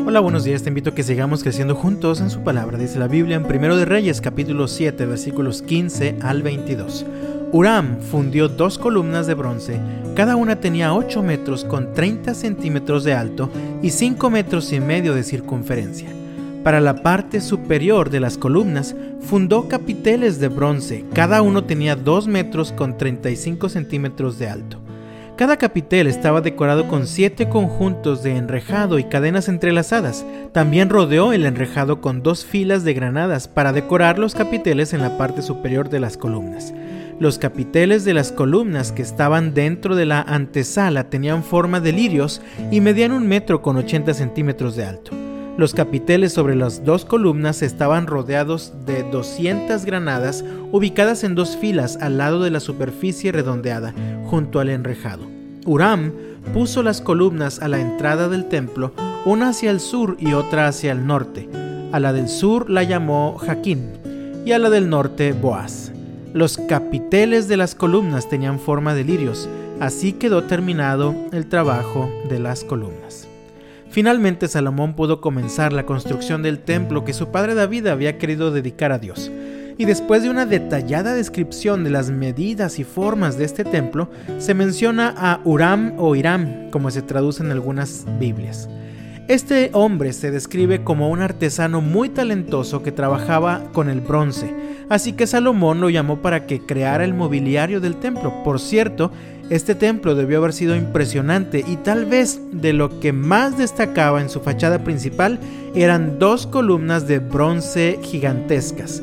Hola, buenos días, te invito a que sigamos creciendo juntos en su palabra. Dice la Biblia en 1 de Reyes, capítulo 7, versículos 15 al 22. Huram fundió 2 columnas de bronce, cada una tenía 8 metros con 30 centímetros de alto y 5 metros y medio de circunferencia. Para la parte superior de las columnas, fundó capiteles de bronce, cada uno tenía 2 metros con 35 centímetros de alto. Cada capitel estaba decorado con 7 conjuntos de enrejado y cadenas entrelazadas. También rodeó el enrejado con 2 filas de granadas para decorar los capiteles en la parte superior de las columnas. Los capiteles de las columnas que estaban dentro de la antesala tenían forma de lirios y medían 1 metro con 80 centímetros de alto. Los capiteles sobre las 2 columnas estaban rodeados de 200 granadas ubicadas en 2 filas al lado de la superficie redondeada, junto al enrejado. Huram puso las columnas a la entrada del templo, una hacia el sur y otra hacia el norte. A la del sur la llamó Jaquín y a la del norte Boaz. Los capiteles de las columnas tenían forma de lirios, así quedó terminado el trabajo de las columnas. Finalmente Salomón pudo comenzar la construcción del templo que su padre David había querido dedicar a Dios. Y después de una detallada descripción de las medidas y formas de este templo, se menciona a Huram o Hiram, como se traduce en algunas Biblias. Este hombre se describe como un artesano muy talentoso que trabajaba con el bronce, así que Salomón lo llamó para que creara el mobiliario del templo. Por cierto, este templo debió haber sido impresionante y tal vez de lo que más destacaba en su fachada principal eran 2 columnas de bronce gigantescas,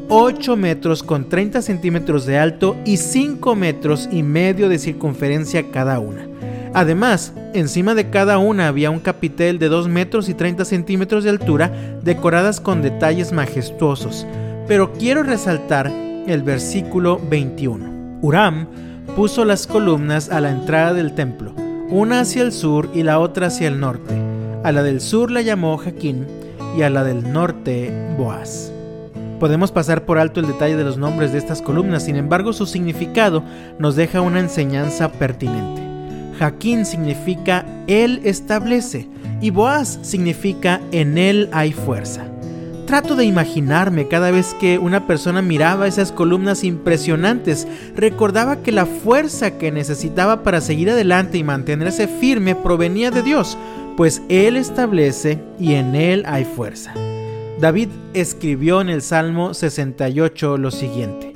8 metros con 30 centímetros de alto y 5 metros y medio de circunferencia cada una. Además, encima de cada una había un capitel de 2 metros y 30 centímetros de altura decoradas con detalles majestuosos. Pero quiero resaltar el versículo 21. Huram puso las columnas a la entrada del templo, una hacia el sur y la otra hacia el norte. A la del sur la llamó Jaquín y a la del norte Boaz. Podemos pasar por alto el detalle de los nombres de estas columnas, sin embargo su significado nos deja una enseñanza pertinente. Jaquín significa Él establece y Boaz significa en Él hay fuerza. Trato de imaginarme cada vez que una persona miraba esas columnas impresionantes, recordaba que la fuerza que necesitaba para seguir adelante y mantenerse firme provenía de Dios, pues Él establece y en Él hay fuerza. David escribió en el Salmo 68 lo siguiente: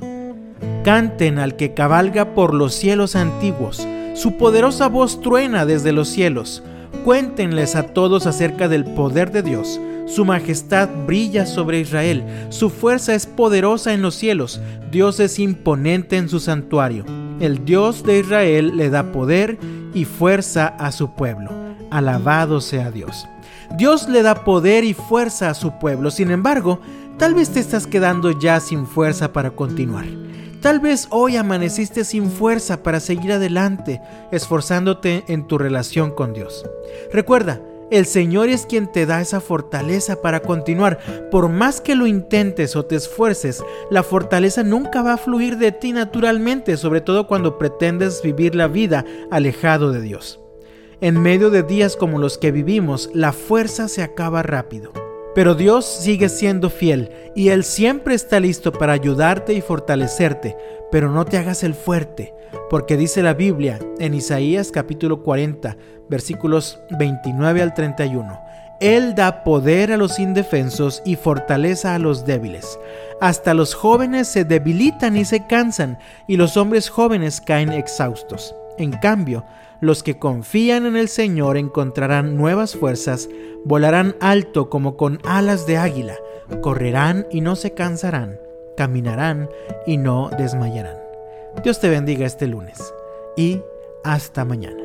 Canten al que cabalga por los cielos antiguos, su poderosa voz truena desde los cielos. Cuéntenles a todos acerca del poder de Dios. Su majestad brilla sobre Israel, su fuerza es poderosa en los cielos, Dios es imponente en su santuario. El Dios de Israel le da poder y fuerza a su pueblo. Alabado sea Dios. Dios le da poder y fuerza a su pueblo. Sin embargo, tal vez te estás quedando ya sin fuerza para continuar. Tal vez hoy amaneciste sin fuerza para seguir adelante, esforzándote en tu relación con Dios. Recuerda, el Señor es quien te da esa fortaleza para continuar. Por más que lo intentes o te esfuerces, la fortaleza nunca va a fluir de ti naturalmente, sobre todo cuando pretendes vivir la vida alejado de Dios. En medio de días como los que vivimos, la fuerza se acaba rápido. Pero Dios sigue siendo fiel y Él siempre está listo para ayudarte y fortalecerte, pero no te hagas el fuerte, porque dice la Biblia en Isaías capítulo 40, versículos 29 al 31. Él da poder a los indefensos y fortaleza a los débiles. Hasta los jóvenes se debilitan y se cansan, y los hombres jóvenes caen exhaustos. En cambio, los que confían en el Señor encontrarán nuevas fuerzas, volarán alto como con alas de águila, correrán y no se cansarán, caminarán y no desmayarán. Dios te bendiga este lunes y hasta mañana.